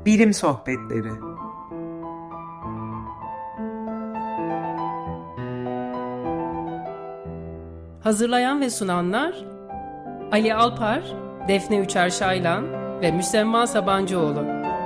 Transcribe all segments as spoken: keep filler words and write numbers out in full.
Bilim Sohbetleri. Hazırlayan ve sunanlar Ali Alpar, Defne Üçer Şaylan ve Müsemma Sabancıoğlu.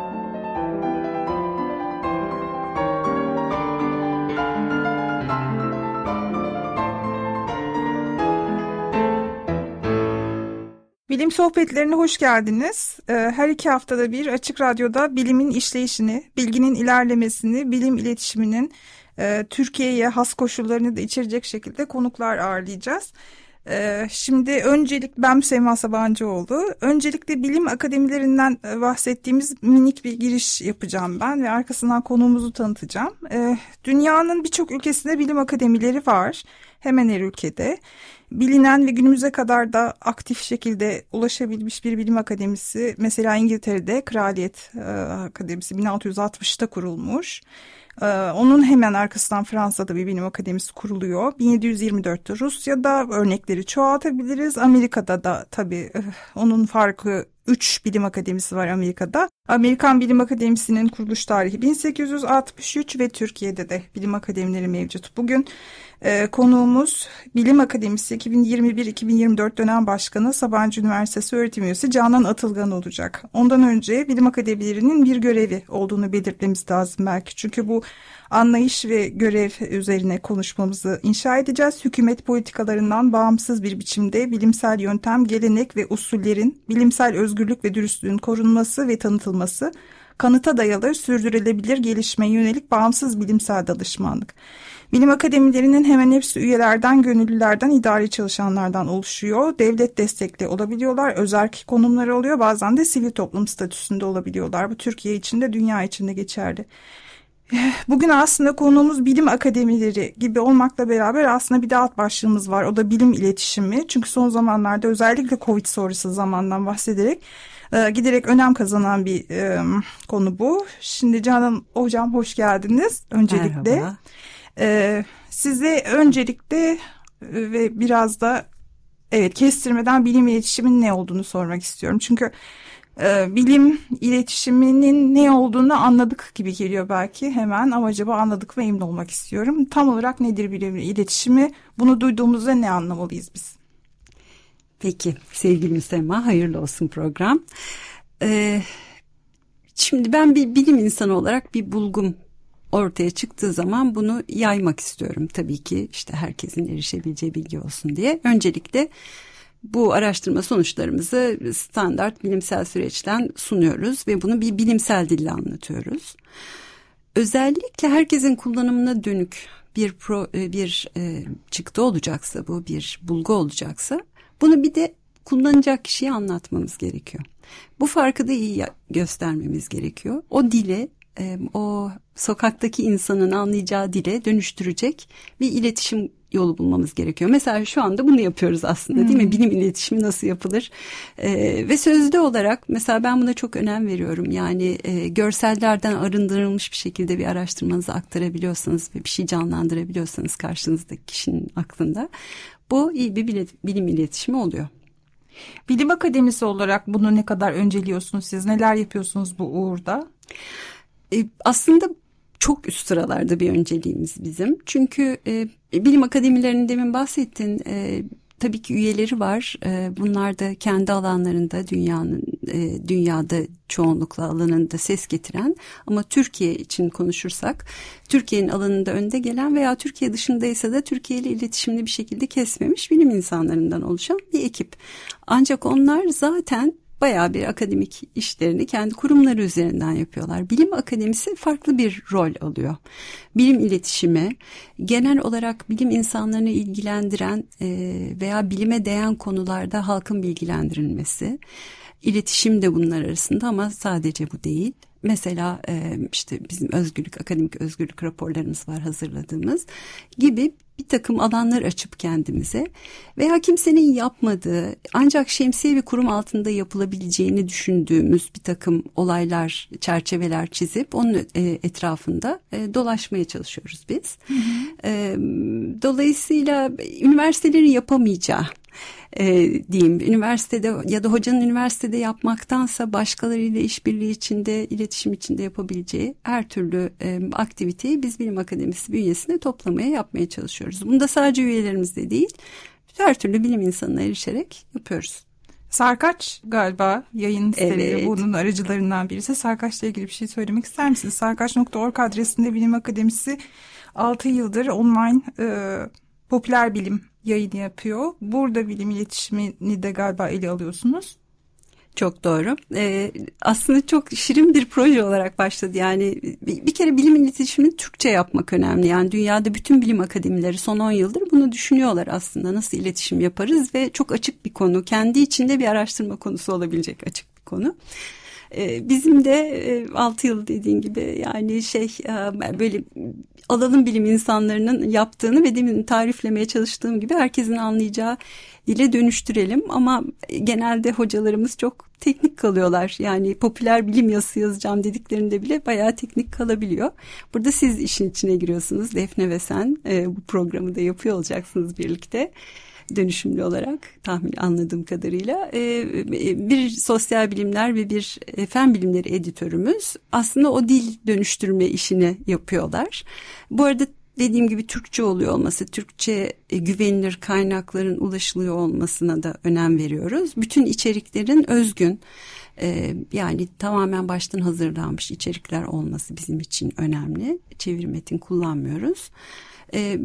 Bilim sohbetlerine hoş geldiniz. Her iki haftada bir Açık Radyo'da bilimin işleyişini, bilginin ilerlemesini, bilim iletişiminin Türkiye'ye has koşullarını da içerecek şekilde konuklar ağırlayacağız. Şimdi öncelik ben Müsemma Sabancıoğlu. Öncelikle bilim akademilerinden bahsettiğimiz minik bir giriş yapacağım ben ve arkasından konuğumuzu tanıtacağım. Dünyanın birçok ülkesinde bilim akademileri var. Hemen her ülkede. Bilinen ve günümüze kadar da aktif şekilde ulaşabilmiş bir bilim akademisi mesela İngiltere'de Kraliyet Akademisi bin altı yüz altmışta kurulmuş. Onun hemen arkasından Fransa'da bir bilim akademisi kuruluyor. bin yedi yüz yirmi dörtte Rusya'da örnekleri çoğaltabiliriz. Amerika'da da tabii onun farkı üç bilim akademisi var Amerika'da. Amerikan Bilim Akademisi'nin kuruluş tarihi bin sekiz yüz altmış üç ve Türkiye'de de bilim akademileri mevcut. Bugün e, konuğumuz Bilim Akademisi iki bin yirmi bir iki bin yirmi dört dönem başkanı Sabancı Üniversitesi öğretim üyesi Canan Atılgan olacak. Ondan önce bilim akademilerinin bir görevi olduğunu belirtmemiz lazım belki. Çünkü bu anlayış ve görev üzerine konuşmamızı inşa edeceğiz. Hükümet politikalarından bağımsız bir biçimde bilimsel yöntem, gelenek ve usullerin, bilimsel özgürlük ve dürüstlüğün korunması ve tanıtılması, kanıta dayalı, sürdürülebilir gelişmeye yönelik bağımsız bilimsel danışmanlık. Bilim akademilerinin hemen hepsi üyelerden, gönüllülerden, idari çalışanlardan oluşuyor. Devlet destekli olabiliyorlar, özerk konumları oluyor, bazen de sivil toplum statüsünde olabiliyorlar. Bu Türkiye için de dünya için de geçerli. Bugün aslında konuğumuz bilim akademileri gibi olmakla beraber aslında bir de alt başlığımız var. O da bilim iletişimi. Çünkü son zamanlarda özellikle Covid sonrası zamandan bahsederek e, giderek önem kazanan bir e, konu bu. Şimdi Canan Hocam hoş geldiniz öncelikle. Merhaba. E, size öncelikle e, ve biraz da evet kestirmeden bilim iletişimin ne olduğunu sormak istiyorum. Çünkü Ee, bilim iletişiminin ne olduğunu anladık gibi geliyor belki hemen ama acaba anladık mı emin olmak istiyorum. Tam olarak nedir bilim iletişimi? Bunu duyduğumuzda ne anlamalıyız biz? Peki sevgili Müsemma, hayırlı olsun program. Ee, şimdi ben bir bilim insanı olarak bir bulgum ortaya çıktığı zaman bunu yaymak istiyorum. Tabii ki işte herkesin erişebileceği bilgi olsun diye. Öncelikle bu araştırma sonuçlarımızı standart bilimsel süreçten sunuyoruz ve bunu bir bilimsel dille anlatıyoruz. Özellikle herkesin kullanımına dönük bir pro, bir e, çıktı olacaksa, bu bir bulgu olacaksa, bunu bir de kullanacak kişiye anlatmamız gerekiyor. Bu farkı da iyi göstermemiz gerekiyor. O dile, e, o sokaktaki insanın anlayacağı dile dönüştürecek bir iletişim yolu bulmamız gerekiyor. Mesela şu anda bunu yapıyoruz aslında, değil mi? Bilim iletişimi nasıl yapılır? Ee, ve sözlü olarak mesela ben buna çok önem veriyorum. Yani e, görsellerden arındırılmış bir şekilde bir araştırmanızı aktarabiliyorsanız ve bir şey canlandırabiliyorsanız karşınızdaki kişinin aklında, bu iyi bir bilim iletişimi oluyor. Bilim akademisi olarak bunu ne kadar önceliyorsunuz siz? Neler yapıyorsunuz bu uğurda? Ee, aslında çok üst sıralarda bir önceliğimiz bizim. Çünkü e, bilim akademilerinin demin bahsettin, e, tabii ki üyeleri var. E, bunlar da kendi alanlarında dünyanın e, dünyada çoğunlukla alanında ses getiren, ama Türkiye için konuşursak Türkiye'nin alanında önde gelen veya Türkiye dışındaysa da Türkiye ile iletişimini bir şekilde kesmemiş bilim insanlarından oluşan bir ekip. Ancak onlar zaten bayağı bir akademik işlerini kendi kurumları üzerinden yapıyorlar. Bilim akademisi farklı bir rol alıyor. Bilim iletişimi, genel olarak bilim insanlarını ilgilendiren veya bilime değen konularda halkın bilgilendirilmesi, iletişim de bunlar arasında ama sadece bu değil. Mesela işte bizim özgürlük, akademik özgürlük raporlarımız var hazırladığımız gibi bir takım alanlar açıp kendimize veya kimsenin yapmadığı ancak şemsiye bir kurum altında yapılabileceğini düşündüğümüz bir takım olaylar, çerçeveler çizip onun etrafında dolaşmaya çalışıyoruz biz. Hı hı. Dolayısıyla üniversitelerin yapamayacağı, e, diyeyim. Üniversitede ya da hocanın üniversitede yapmaktansa başkalarıyla işbirliği içinde, iletişim içinde yapabileceği her türlü e, aktiviteyi biz Bilim Akademisi bünyesinde toplamaya, yapmaya çalışıyoruz. Bunu da sadece üyelerimizde değil, her türlü bilim insanına erişerek yapıyoruz. Sarkaç galiba yayın siteleri, evet. Bunun aracılarından birisi. Sarkaç'la ilgili bir şey söylemek ister misiniz? sarkaç nokta org adresinde Bilim Akademisi altı yıldır online e, popüler bilim yayını yapıyor. Burada bilim iletişimini de galiba ele alıyorsunuz. Çok doğru. Ee, aslında çok şirin bir proje olarak başladı. Yani bir, bir kere bilim iletişimini Türkçe yapmak önemli. Yani dünyada bütün bilim akademileri son on yıldır bunu düşünüyorlar aslında. Nasıl iletişim yaparız ve çok açık bir konu. Kendi içinde bir araştırma konusu olabilecek açık bir konu. Ee, bizim de e, altı yıl dediğin gibi yani şey e, böyle alalım bilim insanlarının yaptığını ve demin tariflemeye çalıştığım gibi herkesin anlayacağı dile dönüştürelim, ama genelde hocalarımız çok teknik kalıyorlar. Yani popüler bilim yazısı yazacağım dediklerinde bile bayağı teknik kalabiliyor. Burada siz işin içine giriyorsunuz. Defne ve sen e, bu programı da yapıyor olacaksınız birlikte. Dönüşümlü olarak, tahmin anladığım kadarıyla e, bir sosyal bilimler ve bir fen bilimleri editörümüz aslında o dil dönüştürme işini yapıyorlar. Bu arada dediğim gibi Türkçe oluyor olması, Türkçe e, güvenilir kaynakların ulaşılıyor olmasına da önem veriyoruz. Bütün içeriklerin özgün, e, yani tamamen baştan hazırlanmış içerikler olması bizim için önemli. Çeviri metin kullanmıyoruz. E,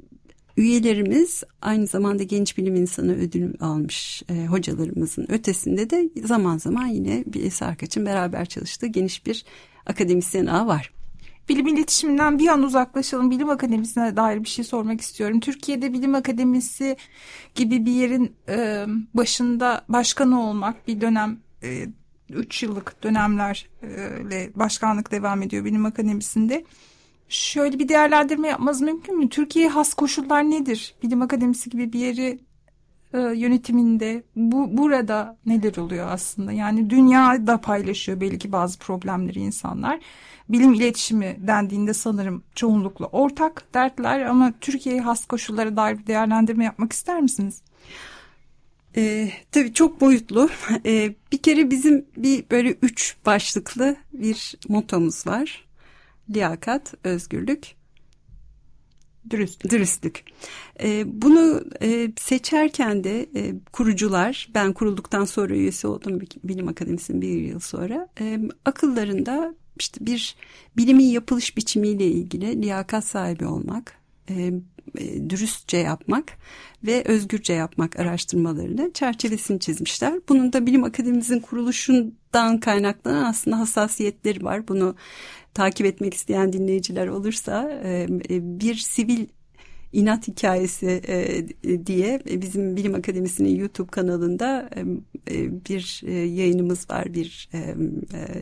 üyelerimiz aynı zamanda genç bilim insanı ödülü almış e, hocalarımızın ötesinde de zaman zaman yine bir Sarkaç'ın beraber çalıştığı geniş bir akademisyen ağı var. Bilim iletişiminden bir an uzaklaşalım. Bilim Akademisi'ne dair bir şey sormak istiyorum. Türkiye'de Bilim Akademisi gibi bir yerin e, başında başkanı olmak, bir dönem e, üç yıllık dönemlerle başkanlık devam ediyor Bilim Akademisi'nde. Şöyle bir değerlendirme yapmanız mümkün mü? Türkiye'ye has koşullar nedir? Bilim Akademisi gibi bir yeri e, yönetiminde bu burada neler oluyor aslında? Yani dünyada paylaşıyor belki bazı problemleri insanlar. Bilim iletişimi dendiğinde sanırım çoğunlukla ortak dertler, ama Türkiye'ye has koşullara dair bir değerlendirme yapmak ister misiniz? Ee, tabii çok boyutlu. Ee, bir kere bizim bir böyle üç başlıklı bir motomuz var. Liyakat, özgürlük, dürüstlük. dürüstlük. Ee, bunu e, seçerken de e, kurucular, ben kurulduktan sonra üyesi oldum Bilim Akademisi'nin bir yıl sonra, e, akıllarında işte bir bilimin yapılış biçimiyle ilgili liyakat sahibi olmak, e, e, dürüstçe yapmak ve özgürce yapmak araştırmalarını çerçevesini çizmişler. Bunun da Bilim Akademimizin kuruluşundan kaynaklanan aslında hassasiyetleri var. Bunu takip etmek isteyen dinleyiciler olursa e, bir sivil inat hikayesi e, diye bizim Bilim Akademisi'nin YouTube kanalında e, bir e, yayınımız var, bir e, e,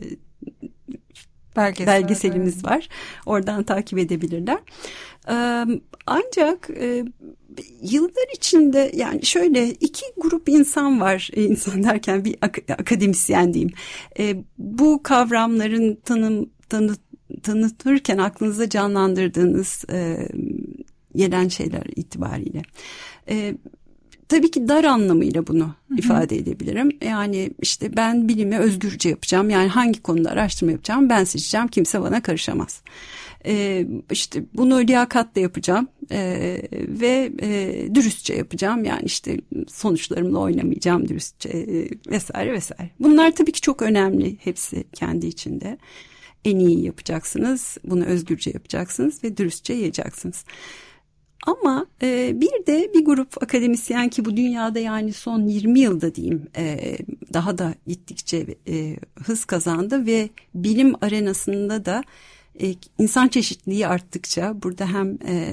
Belgesel, belgeselimiz evet. var. Oradan takip edebilirler. Ee, ancak e, yıllar içinde yani şöyle iki grup insan var. İnsan derken bir ak- akademisyen diyeyim. E, bu kavramların tanım tanı, tanıtırken aklınızda canlandırdığınız e, gelen şeyler itibariyle. E, Tabii ki dar anlamıyla bunu Hı-hı. ifade edebilirim. Yani işte ben bilimi özgürce yapacağım. Yani hangi konuda araştırma yapacağım ben seçeceğim. Kimse bana karışamaz. Ee, işte bunu liyakatla yapacağım ee, ve e, dürüstçe yapacağım. Yani işte sonuçlarımla oynamayacağım dürüstçe e, vesaire vesaire. Bunlar tabii ki çok önemli. Hepsi kendi içinde. En iyi yapacaksınız. Bunu özgürce yapacaksınız ve dürüstçe yayacaksınız. Ama e, bir de bir grup akademisyen ki bu dünyada yani son yirmi yılda diyeyim e, daha da gittikçe e, hız kazandı ve bilim arenasında da e, insan çeşitliliği arttıkça burada hem e,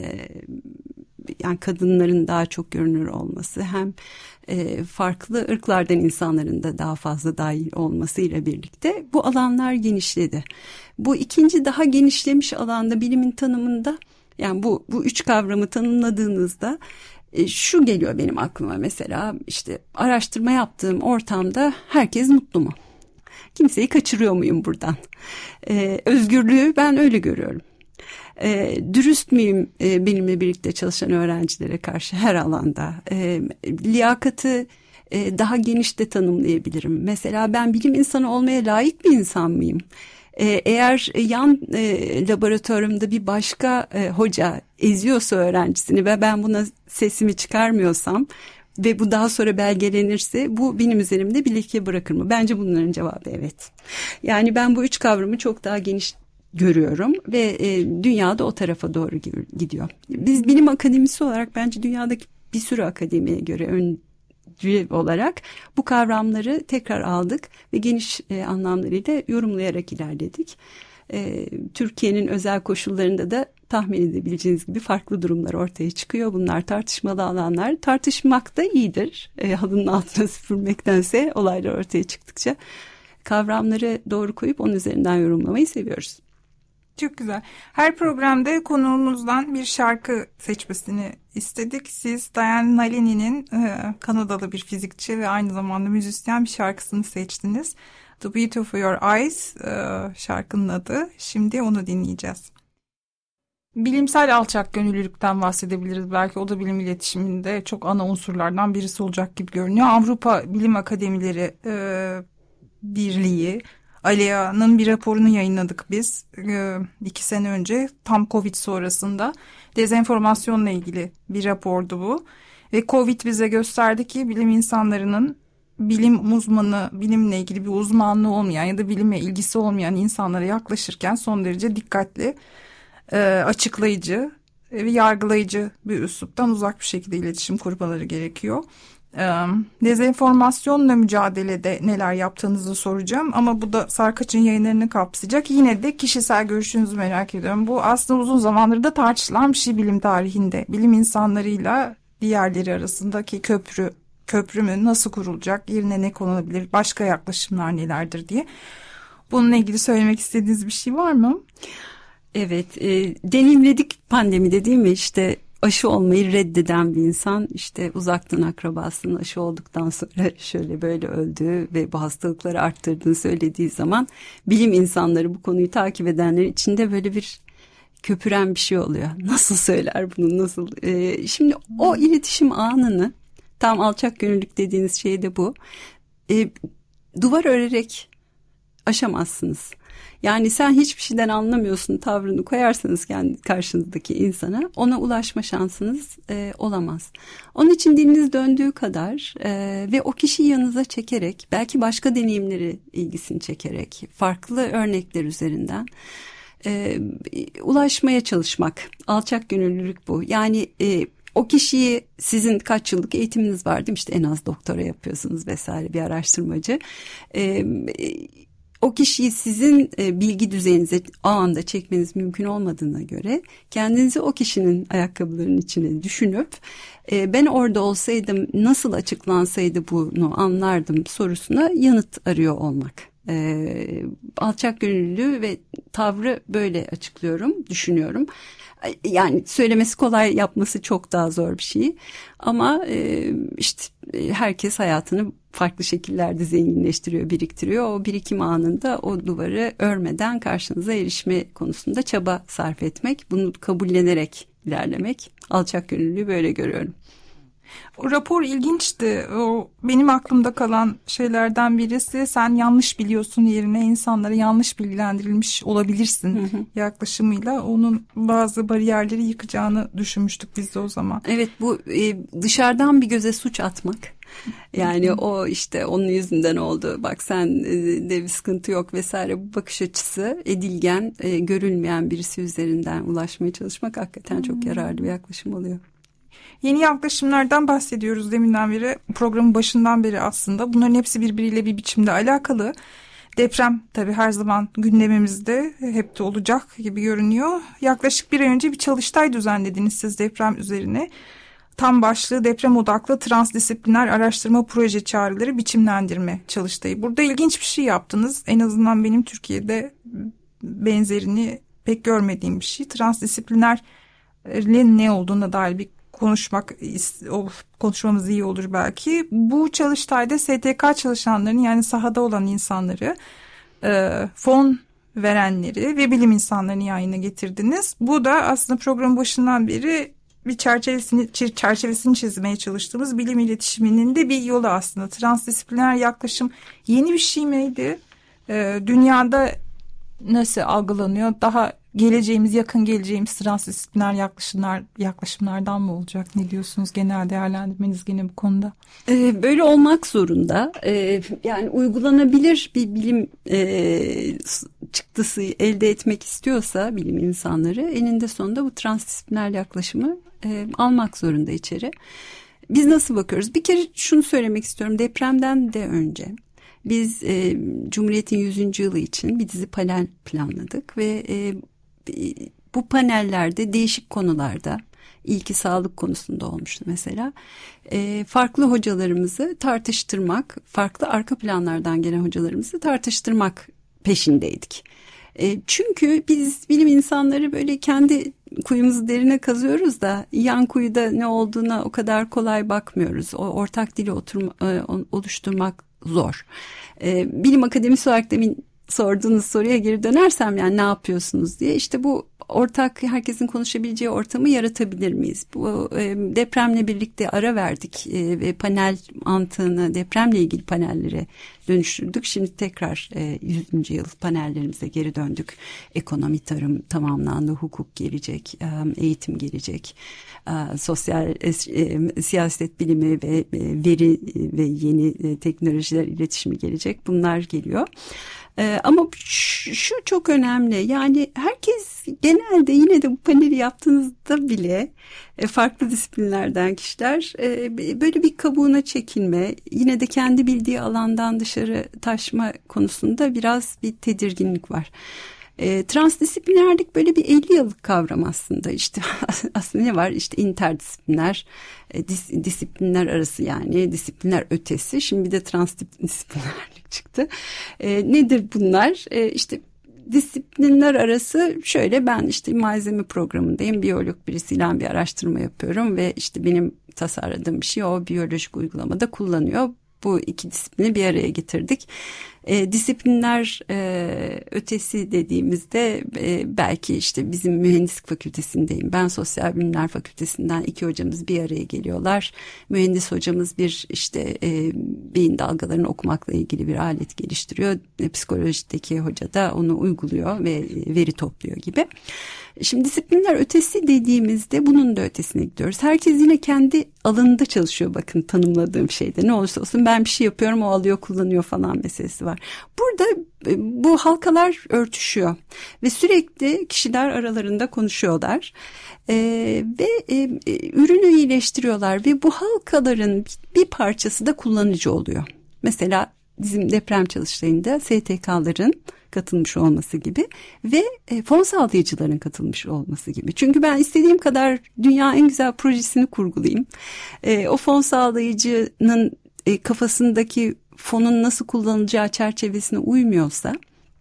yani kadınların daha çok görünür olması hem e, farklı ırklardan insanların da daha fazla dahil olmasıyla birlikte bu alanlar genişledi. Bu ikinci daha genişlemiş alanda bilimin tanımında yani bu bu üç kavramı tanımladığınızda e, şu geliyor benim aklıma mesela işte araştırma yaptığım ortamda herkes mutlu mu? Kimseyi kaçırıyor muyum buradan? E, özgürlüğü ben öyle görüyorum. E, dürüst müyüm e, benimle birlikte çalışan öğrencilere karşı her alanda? E, liyakatı e, daha geniş de tanımlayabilirim. Mesela ben bilim insanı olmaya layık bir insan mıyım? E, eğer yan e, laboratuvarımda bir başka e, hoca eziyorsa öğrencisini ve ben buna sesimi çıkarmıyorsam ve bu daha sonra belgelenirse bu benim üzerimde bir leke bırakır mı? Bence bunların cevabı evet. Yani ben bu üç kavramı çok daha geniş görüyorum ve e, dünyada o tarafa doğru gidiyor. Biz bilim akademisi olarak bence dünyadaki bir sürü akademiye göre öncü olarak bu kavramları tekrar aldık ve geniş e, anlamlarıyla yorumlayarak ilerledik. E, Türkiye'nin özel koşullarında da tahmin edebileceğiniz gibi farklı durumlar ortaya çıkıyor. Bunlar tartışmalı alanlar. Tartışmak da iyidir. E, halının altına süpürmektense olaylar ortaya çıktıkça kavramları doğru koyup onun üzerinden yorumlamayı seviyoruz. Çok güzel. Her programda konuğumuzdan bir şarkı seçmesini istedik. Siz Diane Nalini'nin e, Kanadalı bir fizikçi ve aynı zamanda müzisyen bir şarkısını seçtiniz. The Beauty of Your Eyes e, şarkının adı. Şimdi onu dinleyeceğiz. Bilimsel alçak gönüllülükten bahsedebiliriz. Belki o da bilim iletişiminde çok ana unsurlardan birisi olacak gibi görünüyor. Avrupa Bilim Akademileri e, Birliği, Alea'nın bir raporunu yayınladık biz e, iki sene önce. Tam Covid sonrasında dezenformasyonla ilgili bir rapordu bu. Ve Covid bize gösterdi ki bilim insanlarının bilim uzmanı, bilimle ilgili bir uzmanlığı olmayan ya da bilime ilgisi olmayan insanlara yaklaşırken son derece dikkatli, e, açıklayıcı ve yargılayıcı bir üsluptan uzak bir şekilde iletişim kurmaları gerekiyor. Dezenformasyonla mücadelede neler yaptığınızı soracağım ama bu da Sarkaç'ın yayınlarını kapsayacak. Yine de kişisel görüşünüzü merak ediyorum. Bu aslında uzun zamandır da tartışılan bir şey bilim tarihinde. Bilim insanlarıyla diğerleri arasındaki köprü, köprü mü, nasıl kurulacak, yerine ne konulabilir, başka yaklaşımlar nelerdir diye. Bununla ilgili söylemek istediğiniz bir şey var mı? Evet, e, deneyimledik pandemide değil mi? İşte aşı olmayı reddeden bir insan işte uzaktan akrabasının aşı olduktan sonra şöyle böyle öldüğü ve bu hastalıkları arttırdığını söylediği zaman bilim insanları bu konuyu takip edenler içinde böyle bir köpüren bir şey oluyor. Nasıl söyler bunu, nasıl? Ee, şimdi o iletişim anını, tam alçak gönüllülük dediğiniz şey de bu. Ee, duvar örerek aşamazsınız. Yani sen hiçbir şeyden anlamıyorsun tavrını koyarsanız kendi karşınızdaki insana, ona ulaşma şansınız e, olamaz. Onun için diliniz döndüğü kadar e, ve o kişiyi yanınıza çekerek, belki başka deneyimleri ilgisini çekerek, farklı örnekler üzerinden e, ulaşmaya çalışmak. Alçak gönüllülük bu. Yani e, o kişiyi, sizin kaç yıllık eğitiminiz var değil mi? İşte en az doktora yapıyorsunuz vesaire, bir araştırmacı. E, O kişiyi sizin e, bilgi düzeyinize o anda çekmeniz mümkün olmadığına göre kendinizi o kişinin ayakkabılarının içine düşünüp e, ben orada olsaydım nasıl açıklansaydı bunu anlardım sorusuna yanıt arıyor olmak. E, alçak gönüllülüğü ve tavrı böyle açıklıyorum, düşünüyorum. Yani söylemesi kolay, yapması çok daha zor bir şey. Ama e, işte herkes hayatını farklı şekillerde zenginleştiriyor, biriktiriyor. O birikim anında o duvarı örmeden karşınıza erişme konusunda çaba sarf etmek, bunu kabullenerek ilerlemek. Alçak gönüllülüğü böyle görüyorum. O rapor ilginçti. O benim aklımda kalan şeylerden birisi, sen yanlış biliyorsun yerine insanlara yanlış bilgilendirilmiş olabilirsin hı hı. yaklaşımıyla onun bazı bariyerleri yıkacağını düşünmüştük biz de o zaman. Evet, bu e, dışarıdan bir göze suç atmak. Yani o işte onun yüzünden oldu, bak sen de bir sıkıntı yok vesaire, bu bakış açısı edilgen, e, görülmeyen birisi üzerinden ulaşmaya çalışmak hakikaten çok yararlı bir yaklaşım oluyor. Yeni yaklaşımlardan bahsediyoruz deminden beri, programın başından beri aslında. Bunların hepsi birbiriyle bir biçimde alakalı. Deprem tabii her zaman gündemimizde, hep de olacak gibi görünüyor. Yaklaşık bir ay önce bir çalıştay düzenlediniz siz deprem üzerine. Tam başlığı deprem odaklı transdisipliner araştırma proje çağrıları biçimlendirme çalıştayı. Burada ilginç bir şey yaptınız. En azından benim Türkiye'de benzerini pek görmediğim bir şey. Transdisiplinerliğin ne olduğuna dair bir konuşmak, konuşmamız iyi olur belki. Bu çalıştayda S T K çalışanlarını, yani sahada olan insanları, fon verenleri ve bilim insanlarını yayına getirdiniz. Bu da aslında programın başından beri bir çerçevesini, çerçevesini çizmeye çalıştığımız bilim iletişiminin de bir yolu aslında. Transdisipliner yaklaşım yeni bir şey miydi? Ee, dünyada nasıl algılanıyor? Daha geleceğimiz, yakın geleceğimiz transdisipliner yaklaşımlar, yaklaşımlardan mı olacak? Ne diyorsunuz? Genel değerlendirmeniz gene bu konuda. Ee, böyle olmak zorunda. Ee, yani uygulanabilir bir bilim e, çıktısı elde etmek istiyorsa bilim insanları eninde sonunda bu transdisipliner yaklaşımı e, almak zorunda içeri. Biz nasıl bakıyoruz? Bir kere şunu söylemek istiyorum. Depremden de önce biz e, Cumhuriyet'in yüzüncü yılı için bir dizi panel planladık ve e, bu panellerde değişik konularda, ilki sağlık konusunda olmuştu mesela, e, farklı hocalarımızı tartıştırmak, farklı arka planlardan gelen hocalarımızı tartıştırmak peşindeydik. E, çünkü biz bilim insanları böyle kendi kuyumuzu derine kazıyoruz da yan kuyuda ne olduğuna o kadar kolay bakmıyoruz. O ortak dili oturma, e, oluşturmak zor. E, bilim akademisi olarak demin sorduğunuz soruya geri dönersem, yani ne yapıyorsunuz diye, işte bu ortak, herkesin konuşabileceği ortamı yaratabilir miyiz? Bu e, depremle birlikte ara verdik e, ve panel mantığını depremle ilgili panellere dönüştürdük. Şimdi tekrar e, yüzüncü yıl panellerimize geri döndük. Ekonomi, tarım tamamlandı, hukuk gelecek, e, eğitim gelecek, e, sosyal e, e, siyaset bilimi ve e, veri e, ve yeni e, teknolojiler iletişimi gelecek. Bunlar geliyor. Ee, ama şu, şu çok önemli, yani herkes genelde yine de bu paneli yaptığınızda bile e, farklı disiplinlerden kişiler e, böyle bir kabuğuna çekilme, yine de kendi bildiği alandan dışarı taşma konusunda biraz bir tedirginlik var. E, transdisiplinerlik böyle bir elli yıllık kavram aslında. İşte aslında ne var? İşte interdisipliner, e, dis, disiplinler arası, yani disiplinler ötesi. Şimdi bir de transdisiplinerlik çıktı. E, nedir bunlar? E, işte disiplinler arası şöyle, ben işte malzeme programındayım. Biyolog birisiyle bir araştırma yapıyorum ve işte benim tasarladığım bir şey o biyolojik uygulamada kullanıyor. Bu iki disiplini bir araya getirdik. E, disiplinler e, ötesi dediğimizde e, belki işte bizim mühendislik fakültesindeyim. Ben sosyal bilimler fakültesinden iki hocamız bir araya geliyorlar. Mühendis hocamız bir işte e, beyin dalgalarını okumakla ilgili bir alet geliştiriyor. E, psikolojideki hoca da onu uyguluyor ve e, veri topluyor gibi. Şimdi disiplinler ötesi dediğimizde bunun da ötesine gidiyoruz. Herkes yine kendi alanında çalışıyor, bakın tanımladığım şeyde. Ne olursa olsun ben bir şey yapıyorum, o alıyor kullanıyor falan meselesi var. Burada bu halkalar örtüşüyor ve sürekli kişiler aralarında konuşuyorlar ee, ve e, ürünü iyileştiriyorlar ve bu halkaların bir parçası da kullanıcı oluyor. Mesela bizim deprem çalıştayında S T K'ların katılmış olması gibi ve e, fon sağlayıcıların katılmış olması gibi. Çünkü ben istediğim kadar dünya en güzel projesini kurgulayayım. E, o fon sağlayıcının e, kafasındaki fonun nasıl kullanılacağı çerçevesine uymuyorsa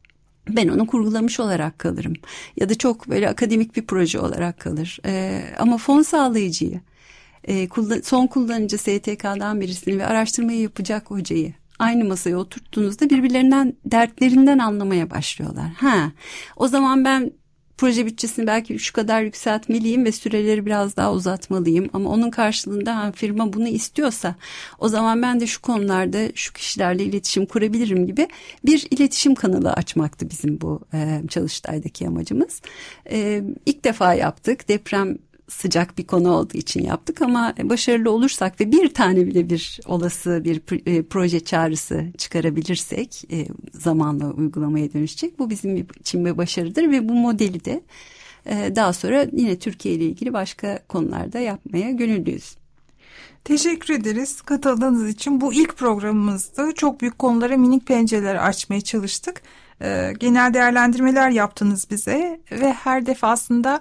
ben onu kurgulamış olarak kalırım. Ya da çok böyle akademik bir proje olarak kalır. E, ama fon sağlayıcıyı, e, kullan- son kullanıcı S T K'dan birisini ve araştırmayı yapacak hocayı aynı masaya oturttuğunuzda birbirlerinden, dertlerinden anlamaya başlıyorlar. Ha, o zaman ben proje bütçesini belki şu kadar yükseltmeliyim ve süreleri biraz daha uzatmalıyım. Ama onun karşılığında ha, firma bunu istiyorsa o zaman ben de şu konularda şu kişilerle iletişim kurabilirim gibi bir iletişim kanalı açmaktı bizim bu e, çalıştaydaki amacımız. E, ilk defa yaptık. Deprem sıcak bir konu olduğu için yaptık ama başarılı olursak ve bir tane bile bir olası bir proje çağrısı çıkarabilirsek e, zamanla uygulamaya dönüşecek. Bu bizim için bir başarıdır ve bu modeli de e, daha sonra yine Türkiye ile ilgili başka konularda yapmaya gönüllüyüz. Teşekkür ederiz katıldığınız için. Bu ilk programımızdı. Çok büyük konulara minik pencereler açmaya çalıştık. E, genel değerlendirmeler yaptınız bize ve her defasında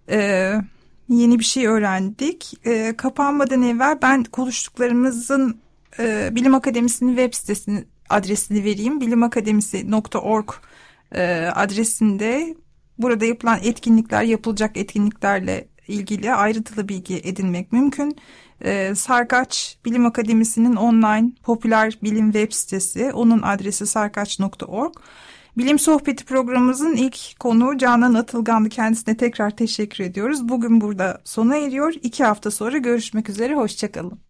E, yeni bir şey öğrendik. E, kapanmadan evvel ben konuştuklarımızın e, Bilim Akademisi'nin web sitesinin adresini vereyim. bilimakademisi nokta org e, adresinde burada yapılan etkinlikler, yapılacak etkinliklerle ilgili ayrıntılı bilgi edinmek mümkün. E, Sarkaç Bilim Akademisi'nin online popüler bilim web sitesi, onun adresi sarkaç nokta org. Bilim Sohbeti programımızın ilk konuğu Canan Atılgan'dı. Kendisine tekrar teşekkür ediyoruz. Bugün burada sona eriyor. İki hafta sonra görüşmek üzere. Hoşçakalın.